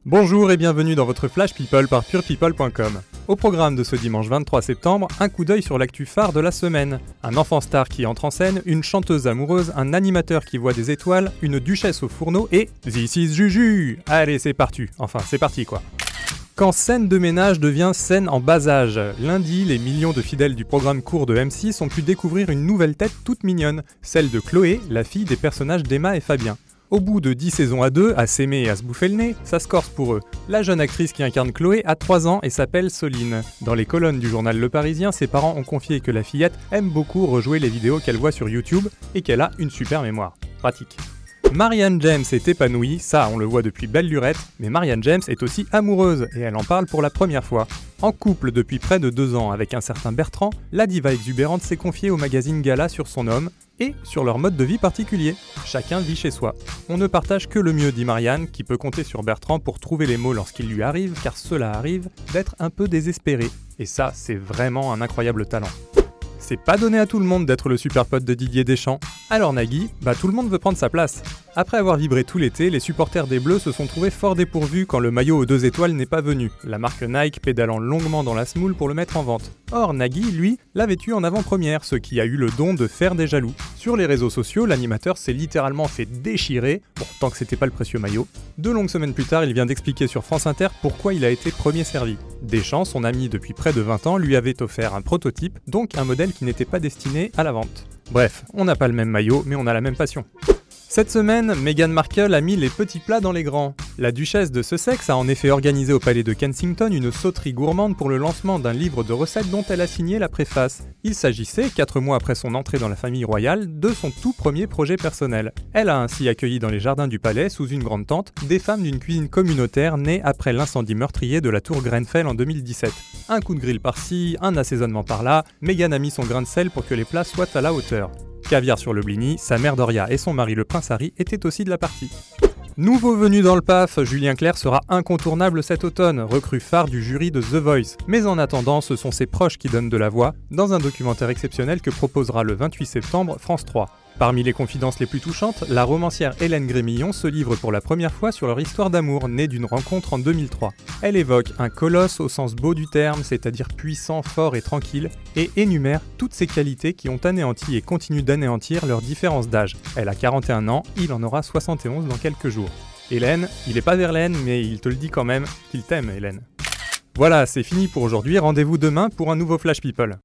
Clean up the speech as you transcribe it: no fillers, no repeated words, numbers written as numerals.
Bonjour et bienvenue dans votre Flash People par purepeople.com. Au programme de ce dimanche 23 septembre, un coup d'œil sur l'actu phare de la semaine. Un enfant star qui entre en scène, une chanteuse amoureuse, un animateur qui voit des étoiles, une duchesse au fourneau et This is Juju. Allez, c'est parti. Enfin, c'est parti quoi. Quand scène de ménage devient scène en bas âge. Lundi, les millions de fidèles du programme court de M6 ont pu découvrir une nouvelle tête toute mignonne, celle de Chloé, la fille des personnages d'Emma et Fabien. Au bout de 10 saisons à deux, à s'aimer et à se bouffer le nez, ça se corse pour eux. La jeune actrice qui incarne Chloé a 3 ans et s'appelle Soline. Dans les colonnes du journal Le Parisien, ses parents ont confié que la fillette aime beaucoup rejouer les vidéos qu'elle voit sur YouTube et qu'elle a une super mémoire. Pratique. Marianne James est épanouie, ça on le voit depuis belle lurette, mais Marianne James est aussi amoureuse et elle en parle pour la première fois. En couple depuis près de 2 ans avec un certain Bertrand, la diva exubérante s'est confiée au magazine Gala sur son homme et sur leur mode de vie particulier. Chacun vit chez soi. On ne partage que le mieux, dit Marianne, qui peut compter sur Bertrand pour trouver les mots lorsqu'il lui arrive, car cela arrive, d'être un peu désespéré. Et ça, c'est vraiment un incroyable talent. C'est pas donné à tout le monde d'être le super pote de Didier Deschamps. Alors Nagui, tout le monde veut prendre sa place. Après avoir vibré tout l'été, les supporters des Bleus se sont trouvés fort dépourvus quand le maillot aux 2 étoiles n'est pas venu, la marque Nike pédalant longuement dans la semoule pour le mettre en vente. Or Nagui, lui, l'avait eu en avant-première, ce qui a eu le don de faire des jaloux. Sur les réseaux sociaux, l'animateur s'est littéralement fait déchirer, tant que c'était pas le précieux maillot. 2 longues semaines plus tard, il vient d'expliquer sur France Inter pourquoi il a été premier servi. Deschamps, son ami depuis près de 20 ans, lui avait offert un prototype, donc un modèle qui n'était pas destiné à la vente. Bref, on n'a pas le même maillot, mais on a la même passion. Cette semaine, Meghan Markle a mis les petits plats dans les grands. La duchesse de Sussex a en effet organisé au palais de Kensington une sauterie gourmande pour le lancement d'un livre de recettes dont elle a signé la préface. Il s'agissait, 4 mois après son entrée dans la famille royale, de son tout premier projet personnel. Elle a ainsi accueilli dans les jardins du palais, sous une grande tente, des femmes d'une cuisine communautaire née après l'incendie meurtrier de la tour Grenfell en 2017. Un coup de grill par-ci, un assaisonnement par-là, Meghan a mis son grain de sel pour que les plats soient à la hauteur. Caviar sur le blini, sa mère Doria et son mari le prince Harry étaient aussi de la partie. Nouveau venu dans le PAF, Julien Clerc sera incontournable cet automne, recrue phare du jury de The Voice. Mais en attendant, ce sont ses proches qui donnent de la voix, dans un documentaire exceptionnel que proposera le 28 septembre France 3. Parmi les confidences les plus touchantes, la romancière Hélène Grémillon se livre pour la première fois sur leur histoire d'amour, née d'une rencontre en 2003. Elle évoque un colosse au sens beau du terme, c'est-à-dire puissant, fort et tranquille, et énumère toutes ses qualités qui ont anéanti et continuent d'anéantir leur différence d'âge. Elle a 41 ans, il en aura 71 dans quelques jours. Hélène, il est pas Verlaine, mais il te le dit quand même qu'il t'aime, Hélène. Voilà, c'est fini pour aujourd'hui, rendez-vous demain pour un nouveau Flash People.